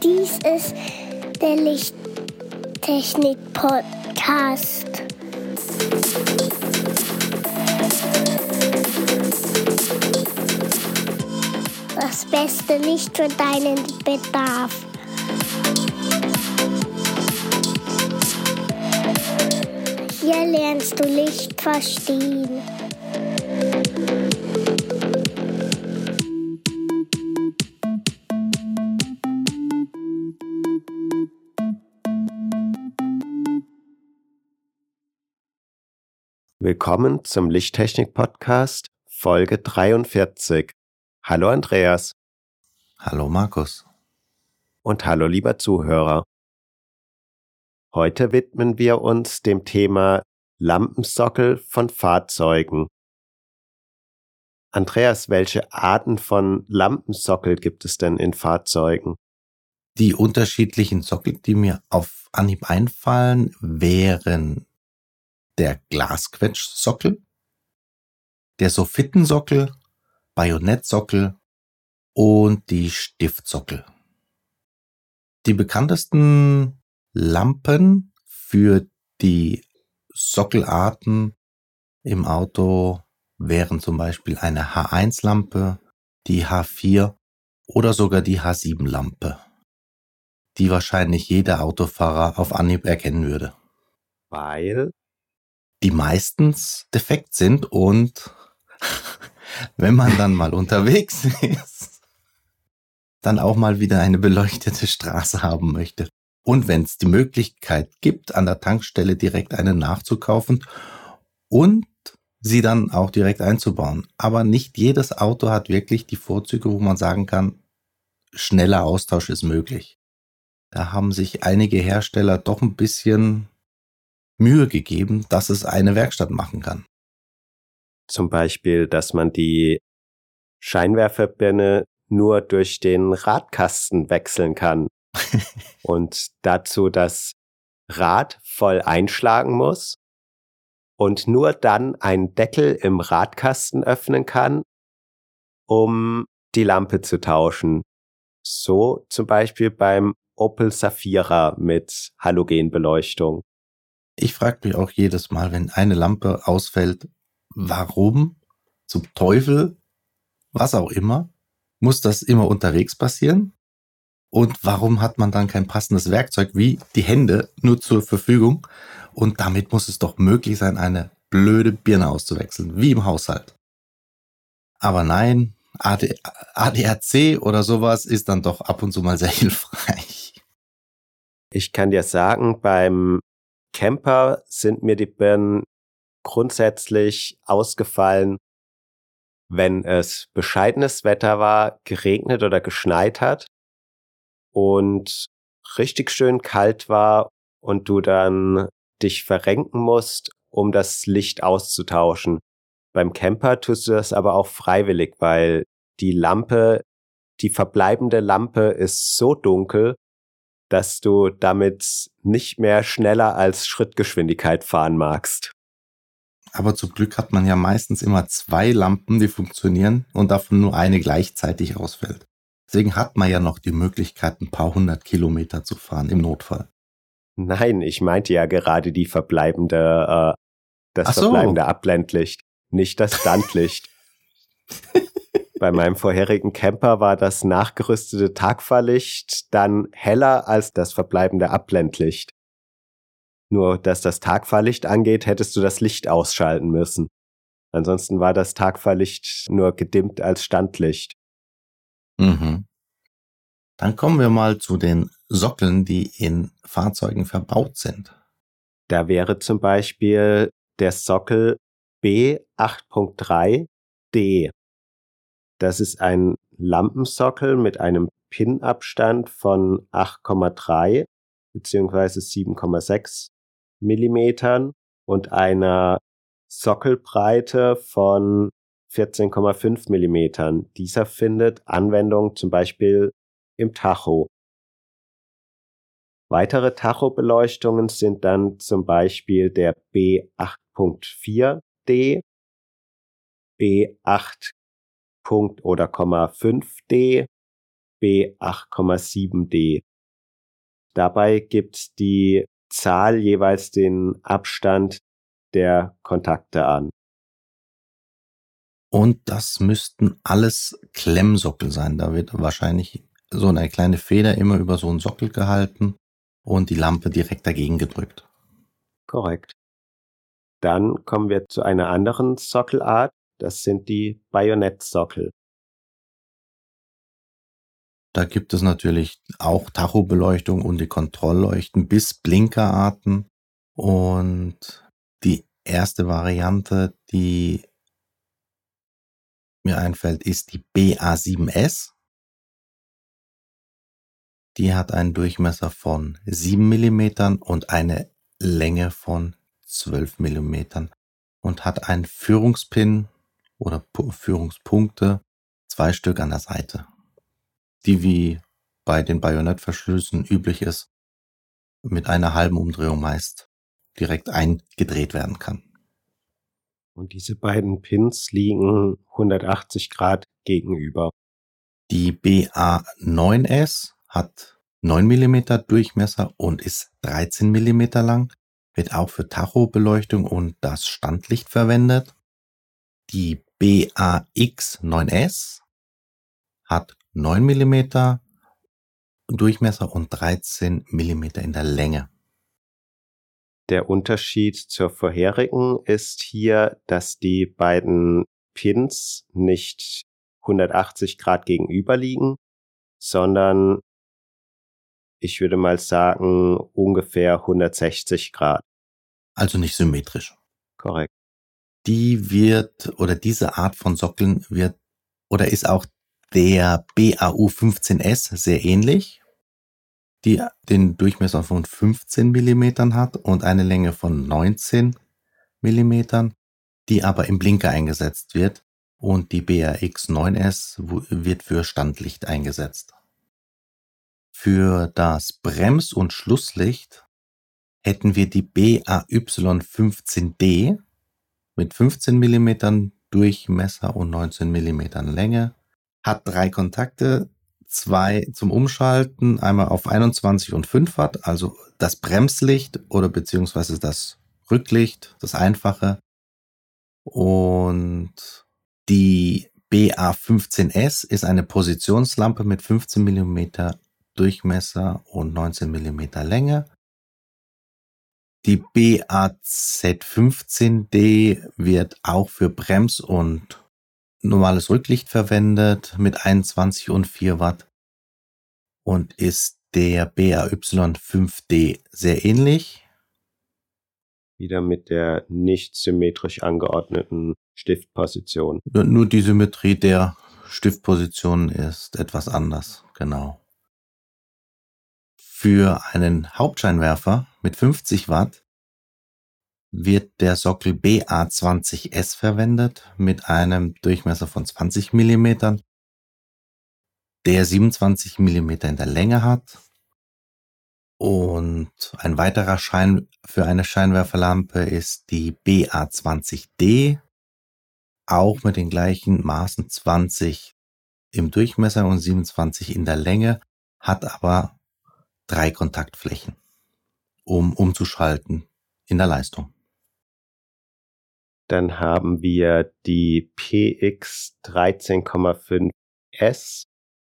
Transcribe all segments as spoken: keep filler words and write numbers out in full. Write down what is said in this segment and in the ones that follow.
Dies ist der Lichttechnik-Podcast. Das beste Licht für deinen Bedarf. Hier lernst du Licht verstehen. Willkommen zum Lichttechnik-Podcast, Folge dreiundvierzig. Hallo Andreas. Hallo Markus. Und hallo lieber Zuhörer. Heute widmen wir uns dem Thema Lampensockel von Fahrzeugen. Andreas, welche Arten von Lampensockel gibt es denn in Fahrzeugen? Die unterschiedlichen Sockel, die mir auf Anhieb einfallen, wären der Glasquetschsockel, der Soffitensockel, Bajonettsockel und die Stiftsockel. Die bekanntesten Lampen für die Sockelarten im Auto wären zum Beispiel eine H eins Lampe, die H vier oder sogar die H sieben Lampe, die wahrscheinlich jeder Autofahrer auf Anhieb erkennen würde. Weil? Die meistens defekt sind und wenn man dann mal unterwegs ist, dann auch mal wieder eine beleuchtete Straße haben möchte. Und wenn es die Möglichkeit gibt, an der Tankstelle direkt eine nachzukaufen und sie dann auch direkt einzubauen. Aber nicht jedes Auto hat wirklich die Vorzüge, wo man sagen kann, schneller Austausch ist möglich. Da haben sich einige Hersteller doch ein bisschen Mühe gegeben, dass es eine Werkstatt machen kann. Zum Beispiel, dass man die Scheinwerferbirne nur durch den Radkasten wechseln kann und dazu das Rad voll einschlagen muss und nur dann einen Deckel im Radkasten öffnen kann, um die Lampe zu tauschen. So zum Beispiel beim Opel Zafira mit Halogenbeleuchtung. Ich frage mich auch jedes Mal, wenn eine Lampe ausfällt, warum zum Teufel, was auch immer, muss das immer unterwegs passieren? Und warum hat man dann kein passendes Werkzeug wie die Hände nur zur Verfügung? Und damit muss es doch möglich sein, eine blöde Birne auszuwechseln, wie im Haushalt. Aber nein, A D A C oder sowas ist dann doch ab und zu mal sehr hilfreich. Ich kann dir sagen, beim Camper sind mir die Birnen grundsätzlich ausgefallen, wenn es bescheidenes Wetter war, geregnet oder geschneit hat und richtig schön kalt war und du dann dich verrenken musst, um das Licht auszutauschen. Beim Camper tust du das aber auch freiwillig, weil die Lampe, die verbleibende Lampe ist so dunkel, dass du damit nicht mehr schneller als Schrittgeschwindigkeit fahren magst. Aber zum Glück hat man ja meistens immer zwei Lampen, die funktionieren und davon nur eine gleichzeitig ausfällt. Deswegen hat man ja noch die Möglichkeit, ein paar hundert Kilometer zu fahren im Notfall. Nein, ich meinte ja gerade die verbleibende, äh, das Ach so. verbleibende Abblendlicht, nicht das Standlicht. Bei meinem vorherigen Camper war das nachgerüstete Tagfahrlicht dann heller als das verbleibende Abblendlicht. Nur, dass das Tagfahrlicht angeht, hättest du das Licht ausschalten müssen. Ansonsten war das Tagfahrlicht nur gedimmt als Standlicht. Mhm. Dann kommen wir mal zu den Sockeln, die in Fahrzeugen verbaut sind. Da wäre zum Beispiel der Sockel B acht Punkt drei D. Das ist ein Lampensockel mit einem Pin-Abstand von acht Komma drei beziehungsweise sieben Komma sechs Millimetern und einer Sockelbreite von vierzehn Komma fünf Millimetern. Dieser findet Anwendung zum Beispiel im Tacho. Weitere Tachobeleuchtungen sind dann zum Beispiel der B acht Punkt vier D, B acht oder fünf D, B acht Komma sieben D. Dabei gibt die Zahl jeweils den Abstand der Kontakte an. Und das müssten alles Klemmsockel sein. Da wird wahrscheinlich so eine kleine Feder immer über so einen Sockel gehalten und die Lampe direkt dagegen gedrückt. Korrekt. Dann kommen wir zu einer anderen Sockelart. Das sind die Bajonettsockel. Da gibt es natürlich auch Tachobeleuchtung und die Kontrollleuchten bis Blinkerarten. Und die erste Variante, die mir einfällt, ist die B A sieben S. Die hat einen Durchmesser von sieben Millimeter und eine Länge von zwölf Millimeter und hat einen Führungspin oder Führungspunkte, zwei Stück an der Seite, die wie bei den Bajonettverschlüssen üblich ist, mit einer halben Umdrehung meist direkt eingedreht werden kann. Und diese beiden Pins liegen hundertachtzig Grad gegenüber. Die B A neun S hat neun Millimeter Durchmesser und ist dreizehn Millimeter lang, wird auch für Tachobeleuchtung und das Standlicht verwendet. Die B A X neun S hat neun Millimeter Durchmesser und dreizehn Millimeter in der Länge. Der Unterschied zur vorherigen ist hier, dass die beiden Pins nicht hundertachtzig Grad gegenüber liegen, sondern ich würde mal sagen ungefähr hundertsechzig Grad. Also nicht symmetrisch. Korrekt. Die wird, oder diese Art von Sockeln wird, oder ist auch der B A U fünfzehn S sehr ähnlich, die den Durchmesser von fünfzehn Millimeter hat und eine Länge von neunzehn Millimeter, die aber im Blinker eingesetzt wird, und die B A X neun S wird für Standlicht eingesetzt. Für das Brems- und Schlusslicht hätten wir die B A Y fünfzehn D mit fünfzehn Millimeter Durchmesser und neunzehn Millimeter Länge, hat drei Kontakte, zwei zum Umschalten, einmal auf einundzwanzig und fünf Watt, also das Bremslicht oder beziehungsweise das Rücklicht, das einfache. Und die B A fünfzehn S ist eine Positionslampe mit fünfzehn Millimeter Durchmesser und neunzehn Millimeter Länge. Die B A Z fünfzehn D wird auch für Brems- und normales Rücklicht verwendet mit einundzwanzig und vier Watt und ist der B A Y fünf D sehr ähnlich. Wieder mit der nicht symmetrisch angeordneten Stiftposition. Nur die Symmetrie der Stiftposition ist etwas anders, genau. Für einen Hauptscheinwerfer mit fünfzig Watt wird der Sockel B A zwanzig S verwendet mit einem Durchmesser von zwanzig Millimeter, der siebenundzwanzig Millimeter in der Länge hat. Und ein weiterer Schein für eine Scheinwerferlampe ist die B A zwanzig D, auch mit den gleichen Maßen, zwanzig im Durchmesser und siebenundzwanzig in der Länge, hat aber drei Kontaktflächen, um umzuschalten in der Leistung. Dann haben wir die P X dreizehn Komma fünf S.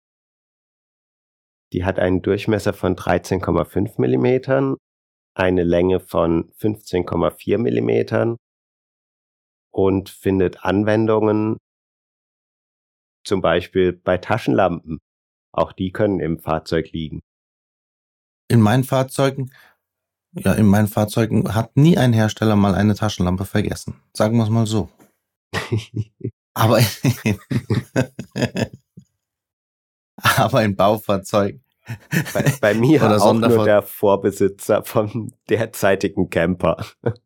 Die hat einen Durchmesser von dreizehn Komma fünf Millimeter, eine Länge von fünfzehn Komma vier Millimeter und findet Anwendungen zum Beispiel bei Taschenlampen. Auch die können im Fahrzeug liegen. In meinen Fahrzeugen, ja, in meinen Fahrzeugen hat nie ein Hersteller mal eine Taschenlampe vergessen. Sagen wir es mal so. Aber in, aber in Baufahrzeugen. Bei, bei mir oder auch Sonderfahr- nur der Vorbesitzer vom derzeitigen Camper.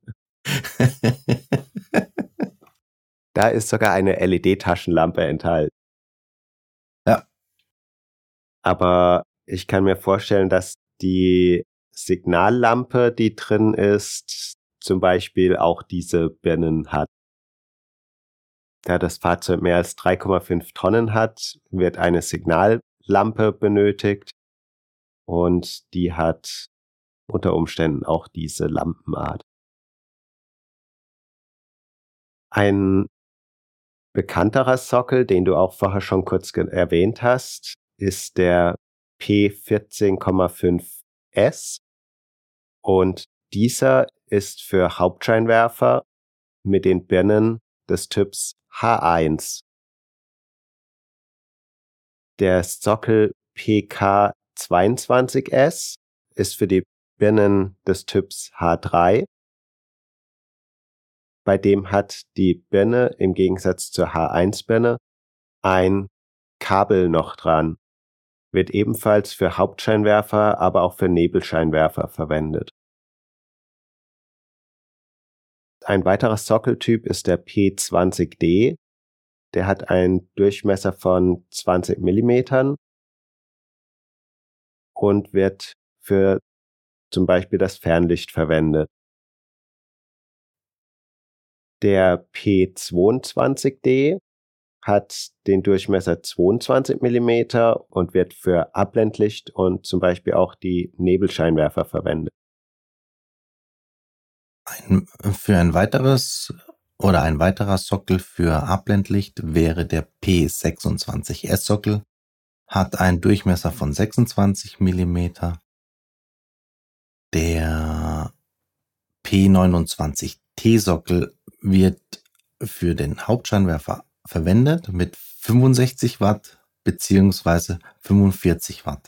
Da ist sogar eine L E D-Taschenlampe enthalten. Ja. Aber ich kann mir vorstellen, dass die Signallampe, die drin ist, zum Beispiel auch diese Birnen hat. Da das Fahrzeug mehr als drei Komma fünf Tonnen hat, wird eine Signallampe benötigt. und die hat unter Umständen auch diese Lampenart. Ein bekannterer Sockel, den du auch vorher schon kurz erwähnt hast, ist der P vierzehn Komma fünf S und dieser ist für Hauptscheinwerfer mit den Birnen des Typs H eins. Der Sockel P K zweiundzwanzig S ist für die Birnen des Typs H drei. Bei dem hat die Birne im Gegensatz zur H eins Birne ein Kabel noch dran. Wird ebenfalls für Hauptscheinwerfer, aber auch für Nebelscheinwerfer verwendet. Ein weiterer Sockeltyp ist der P zwanzig D. Der hat einen Durchmesser von zwanzig Millimetern und wird für zum Beispiel das Fernlicht verwendet. Der P zweiundzwanzig D hat den Durchmesser zweiundzwanzig Millimeter und wird für Abblendlicht und zum Beispiel auch die Nebelscheinwerfer verwendet. Ein, für ein weiteres oder ein weiterer Sockel für Abblendlicht wäre der P sechsundzwanzig S Sockel, hat einen Durchmesser von sechsundzwanzig Millimeter. Der P neunundzwanzig T Sockel wird für den Hauptscheinwerfer verwendet mit fünfundsechzig Watt beziehungsweise fünfundvierzig Watt.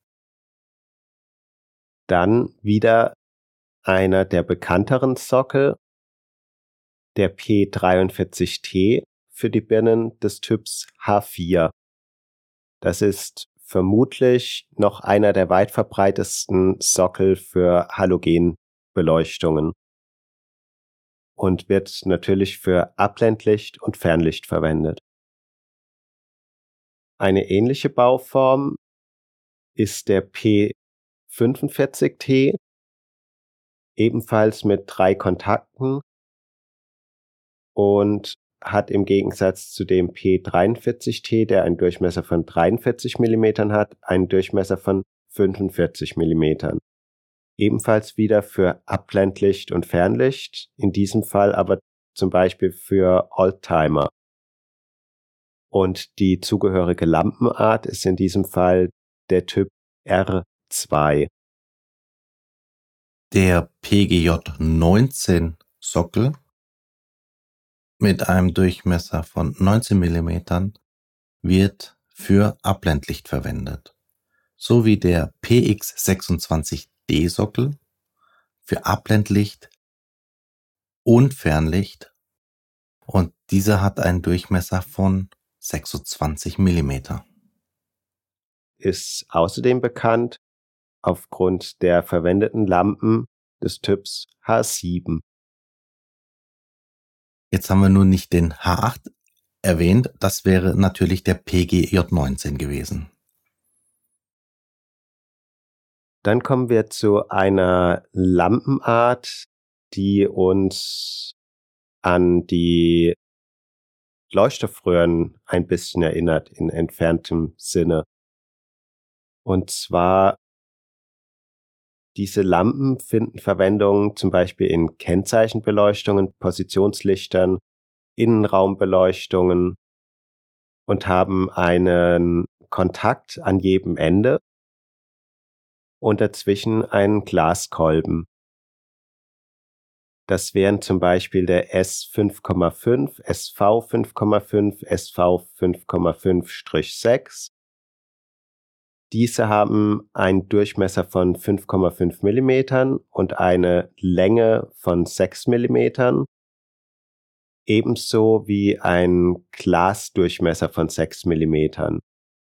Dann wieder einer der bekannteren Sockel, der P dreiundvierzig T für die Birnen des Typs H vier. Das ist vermutlich noch einer der weit verbreitetsten Sockel für Halogenbeleuchtungen und wird natürlich für Abblendlicht und Fernlicht verwendet. Eine ähnliche Bauform ist der P fünfundvierzig T, ebenfalls mit drei Kontakten und hat im Gegensatz zu dem P dreiundvierzig T, der einen Durchmesser von dreiundvierzig Millimetern hat, einen Durchmesser von fünfundvierzig Millimetern. Ebenfalls wieder für Abblendlicht und Fernlicht, in diesem Fall aber zum Beispiel für Oldtimer. Und die zugehörige Lampenart ist in diesem Fall der Typ R zwei. Der P G J neunzehn Sockel mit einem Durchmesser von neunzehn Millimetern wird für Abblendlicht verwendet, sowie der P X sechsundzwanzig D Sockel für Abblendlicht und Fernlicht und dieser hat einen Durchmesser von sechsundzwanzig Millimeter. Ist außerdem bekannt aufgrund der verwendeten Lampen des Typs H sieben. Jetzt haben wir nur nicht den H acht erwähnt, das wäre natürlich der P G J neunzehn gewesen. Dann kommen wir zu einer Lampenart, die uns an die Leuchtstoffröhren ein bisschen erinnert in entferntem Sinne. Und zwar, diese Lampen finden Verwendung zum Beispiel in Kennzeichenbeleuchtungen, Positionslichtern, Innenraumbeleuchtungen und haben einen Kontakt an jedem Ende und dazwischen einen Glaskolben. Das wären zum Beispiel der S fünf Komma fünf, S V fünf Komma fünf, S V fünf Komma fünf sechs. Diese haben einen Durchmesser von fünf Komma fünf Millimetern und eine Länge von sechs Millimetern, ebenso wie ein Glasdurchmesser von sechs Millimetern.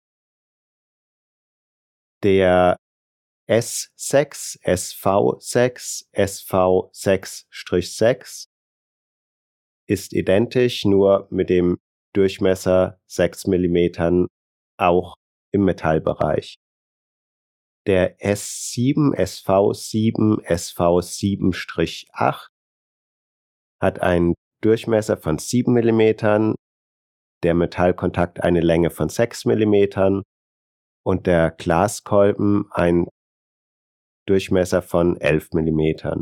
Der S sechs, S V sechs, S V sechs sechs ist identisch, nur mit dem Durchmesser sechs Millimetern auch im Metallbereich. Der S sieben, S V sieben, S V sieben acht hat einen Durchmesser von sieben Millimetern, der Metallkontakt eine Länge von sechs Millimetern und der Glaskolben einen Durchmesser von elf Millimeter.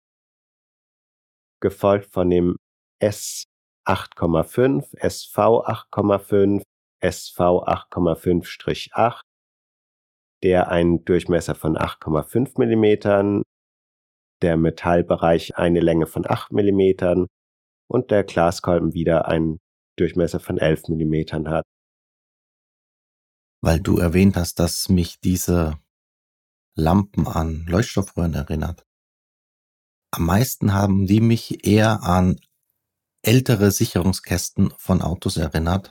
Gefolgt von dem S acht Komma fünf, S V acht Komma fünf, S V acht Komma fünf acht, der einen Durchmesser von acht Komma fünf Millimeter, der Metallbereich eine Länge von acht Millimeter und der Glaskolben wieder einen Durchmesser von elf Millimeter hat. Weil du erwähnt hast, dass mich diese Lampen an Leuchtstoffröhren erinnert. Am meisten haben die mich eher an ältere Sicherungskästen von Autos erinnert.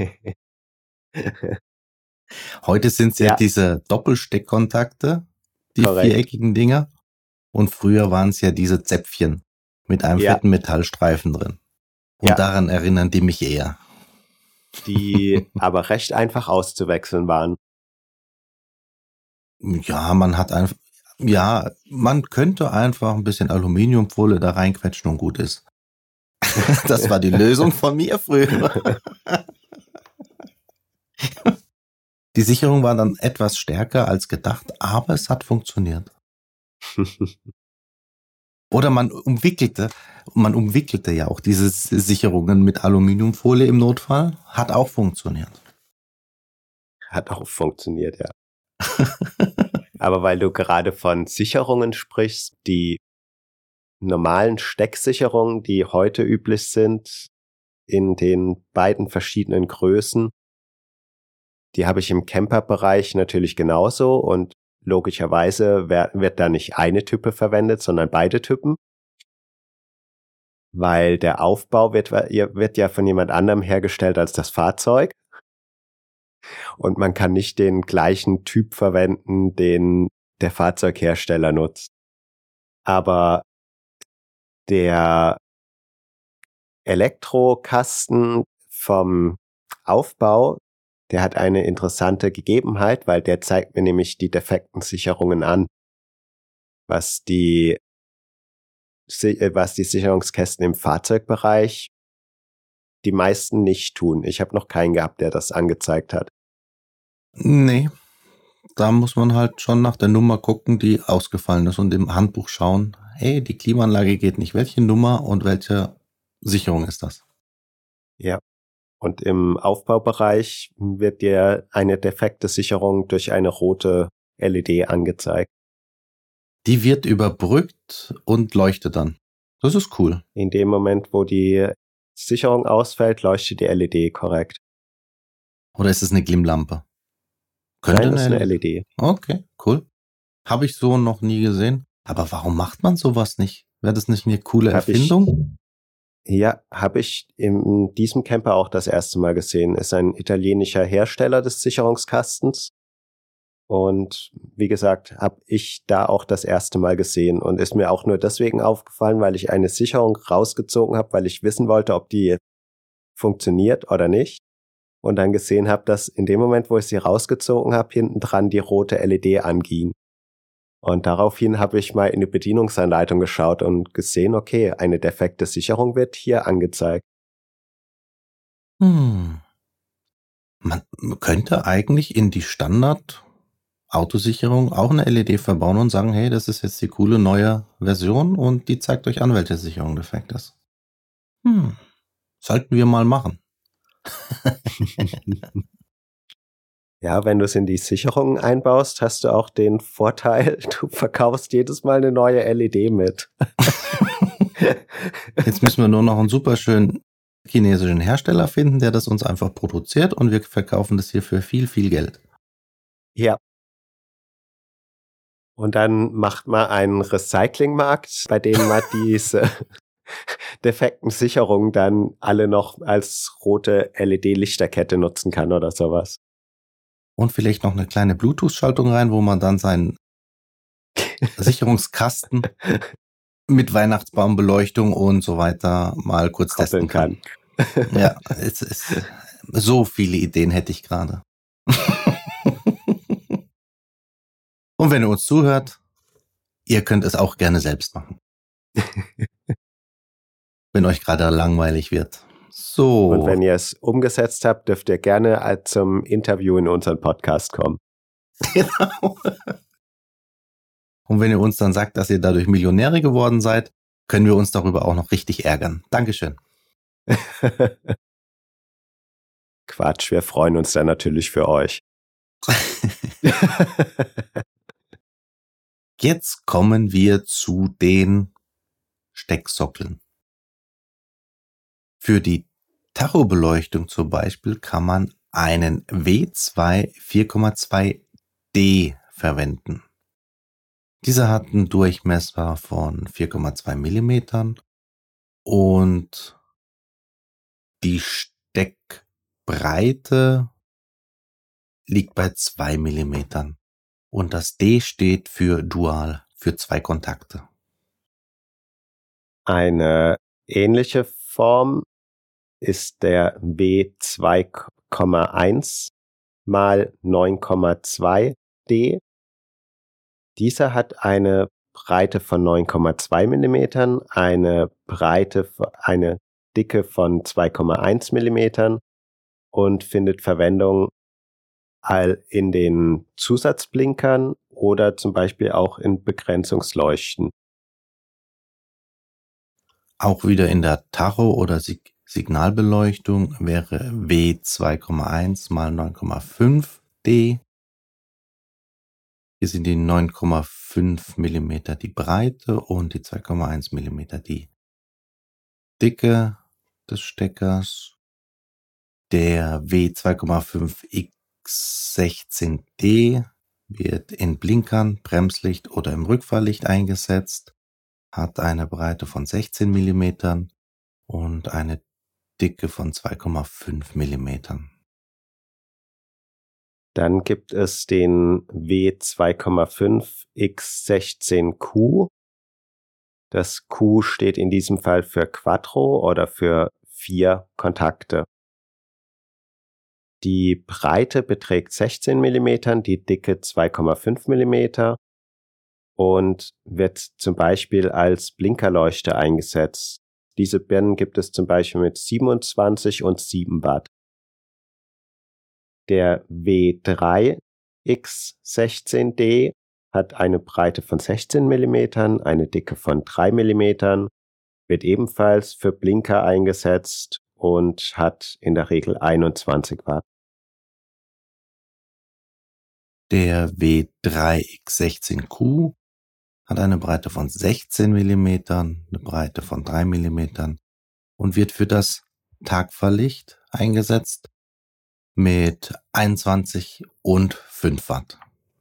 Heute sind es ja, ja diese Doppelsteckkontakte, die Korrekt. Viereckigen Dinger. Und früher waren es ja diese Zäpfchen mit einem ja. fetten Metallstreifen drin. Und ja. daran erinnern die mich eher. Die aber recht einfach auszuwechseln waren. Ja, man hat einfach, ja, man könnte einfach ein bisschen Aluminiumfolie da reinquetschen und gut ist. Das war die Lösung von mir früher. Die Sicherung war dann etwas stärker als gedacht, aber es hat funktioniert. Oder man umwickelte, man umwickelte ja auch diese Sicherungen mit Aluminiumfolie im Notfall. Hat auch funktioniert. Hat auch funktioniert, ja. Aber weil du gerade von Sicherungen sprichst, die normalen Stecksicherungen, die heute üblich sind, in den beiden verschiedenen Größen, die habe ich im Camper-Bereich natürlich genauso und logischerweise wird da nicht eine Type verwendet, sondern beide Typen, weil der Aufbau wird, wird ja von jemand anderem hergestellt als das Fahrzeug und man kann nicht den gleichen Typ verwenden, den der Fahrzeughersteller nutzt. Aber der Elektrokasten vom Aufbau, der hat eine interessante Gegebenheit, weil der zeigt mir nämlich die defekten Sicherungen an, was die, was die Sicherungskästen im Fahrzeugbereich die meisten nicht tun. Ich habe noch keinen gehabt, der das angezeigt hat. Nee, da muss man halt schon nach der Nummer gucken, die ausgefallen ist und im Handbuch schauen, hey, die Klimaanlage geht nicht. Welche Nummer und welche Sicherung ist das? Ja. Und im Aufbaubereich wird dir eine defekte Sicherung durch eine rote L E D angezeigt. Die wird überbrückt und leuchtet dann. Das ist cool. In dem Moment, wo die Sicherung ausfällt, leuchtet die L E D korrekt. Oder ist es eine Glimmlampe? Könnte Nein, das ist eine L E D. Okay, cool. Habe ich so noch nie gesehen. Aber warum macht man sowas nicht? Wäre das nicht eine coole Hab Erfindung? Ich, ja, habe ich in diesem Camper auch das erste Mal gesehen. Ist ein italienischer Hersteller des Sicherungskastens. Und wie gesagt, habe ich da auch das erste Mal gesehen und ist mir auch nur deswegen aufgefallen, weil ich eine Sicherung rausgezogen habe, weil ich wissen wollte, ob die funktioniert oder nicht. Und dann gesehen habe, dass in dem Moment, wo ich sie rausgezogen habe, hinten dran die rote L E D anging. Und daraufhin habe ich mal in die Bedienungsanleitung geschaut und gesehen, okay, eine defekte Sicherung wird hier angezeigt. Hm. Man könnte eigentlich in die Standard-Autosicherung auch eine L E D verbauen und sagen, hey, das ist jetzt die coole neue Version und die zeigt euch an, welche Sicherung defekt ist. Hm. Sollten wir mal machen. Ja, wenn du es in die Sicherungen einbaust, hast du auch den Vorteil, du verkaufst jedes Mal eine neue L E D mit. Jetzt müssen wir nur noch einen super schönen chinesischen Hersteller finden, der das uns einfach produziert und wir verkaufen das hier für viel, viel Geld. Ja. Und dann macht man einen Recyclingmarkt, bei dem man diese defekten Sicherungen dann alle noch als rote L E D-Lichterkette nutzen kann oder sowas. Und vielleicht noch eine kleine Bluetooth-Schaltung rein, wo man dann seinen Sicherungskasten mit Weihnachtsbaumbeleuchtung und so weiter mal kurz testen kann. kann. Ja, es ist, so viele Ideen hätte ich gerade. Und wenn ihr uns zuhört, ihr könnt es auch gerne selbst machen. Wenn euch gerade langweilig wird. So. Und wenn ihr es umgesetzt habt, dürft ihr gerne zum Interview in unseren Podcast kommen. Genau. Und wenn ihr uns dann sagt, dass ihr dadurch Millionäre geworden seid, können wir uns darüber auch noch richtig ärgern. Dankeschön. Quatsch, wir freuen uns dann natürlich für euch. Jetzt kommen wir zu den Stecksockeln. Für die Tachobeleuchtung zum Beispiel kann man einen W zwei vier Komma zwei D verwenden. Dieser hat einen Durchmesser von vier Komma zwei Millimeter und die Steckbreite liegt bei zwei Millimeter. Und das D steht für Dual, für zwei Kontakte. Eine ähnliche Form ist der W zwei Komma eins mal neun Komma zwei D. Dieser hat eine Breite von neun Komma zwei Millimeter, eine Breite, eine Dicke von zwei Komma eins Millimeter und findet Verwendung in den Zusatzblinkern oder zum Beispiel auch in Begrenzungsleuchten. Auch wieder in der Tacho- oder Sig- Signalbeleuchtung wäre W zwei Komma eins mal neun Komma fünf D. Hier sind die neun Komma fünf Millimeter die Breite und die zwei Komma eins Millimeter die Dicke des Steckers. Der W zwei Komma fünf X sechzehn D wird in Blinkern, Bremslicht oder im Rückfahrlicht eingesetzt, hat eine Breite von sechzehn Millimeter und eine Dicke von zwei Komma fünf Millimeter. Dann gibt es den W zwei Komma fünf X sechzehn Q. Das Q steht in diesem Fall für Quattro oder für vier Kontakte. Die Breite beträgt sechzehn Millimeter, die Dicke zwei Komma fünf Millimeter und wird zum Beispiel als Blinkerleuchte eingesetzt. Diese Birnen gibt es zum Beispiel mit siebenundzwanzig und sieben Watt. Der W drei X sechzehn D hat eine Breite von sechzehn Millimeter, eine Dicke von drei Millimeter, wird ebenfalls für Blinker eingesetzt und hat in der Regel einundzwanzig Watt. Der W drei X sechzehn Q hat eine Breite von sechzehn Millimeter, eine Breite von drei Millimeter und wird für das Tagfahrlicht eingesetzt mit einundzwanzig und fünf Watt.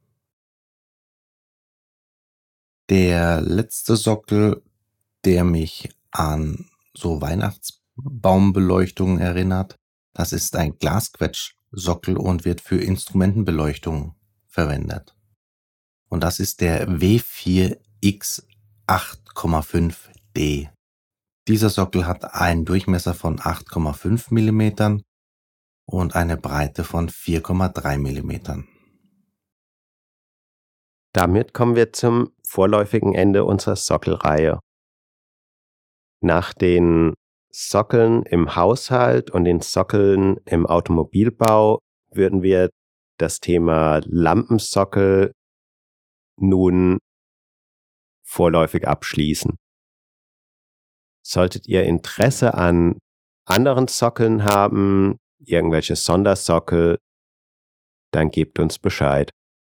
Der letzte Sockel, der mich an so Weihnachtsbaumbeleuchtungen erinnert, das ist ein Glasquetsch-Sockel und wird für Instrumentenbeleuchtung verwendet. Und das ist der W vier X acht Komma fünf D. Dieser Sockel hat einen Durchmesser von acht Komma fünf Millimeter und eine Breite von vier Komma drei Millimeter. Damit kommen wir zum vorläufigen Ende unserer Sockelreihe. Nach den Sockeln im Haushalt und den Sockeln im Automobilbau würden wir das Thema Lampensockel nun vorläufig abschließen. Solltet ihr Interesse an anderen Sockeln haben, irgendwelche Sondersockel, dann gebt uns Bescheid.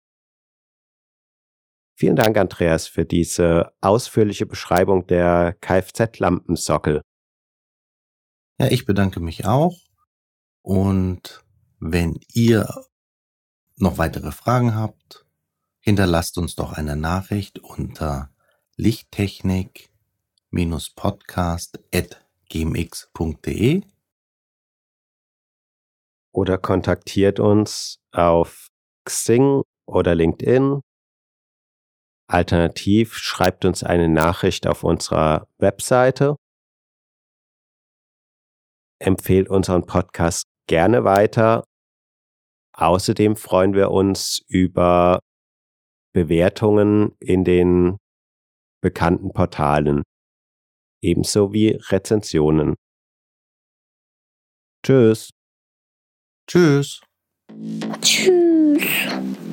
Vielen Dank, Andreas, für diese ausführliche Beschreibung der Kfz-Lampensockel. Ja, ich bedanke mich auch. Und wenn ihr noch weitere Fragen habt, hinterlasst uns doch eine Nachricht unter lichttechnik podcast at gmx punkt de oder kontaktiert uns auf Xing oder LinkedIn. Alternativ schreibt uns eine Nachricht auf unserer Webseite. Empfehlt unseren Podcast gerne weiter. Außerdem freuen wir uns über Bewertungen in den bekannten Portalen, ebenso wie Rezensionen. Tschüss. Tschüss. Tschüss.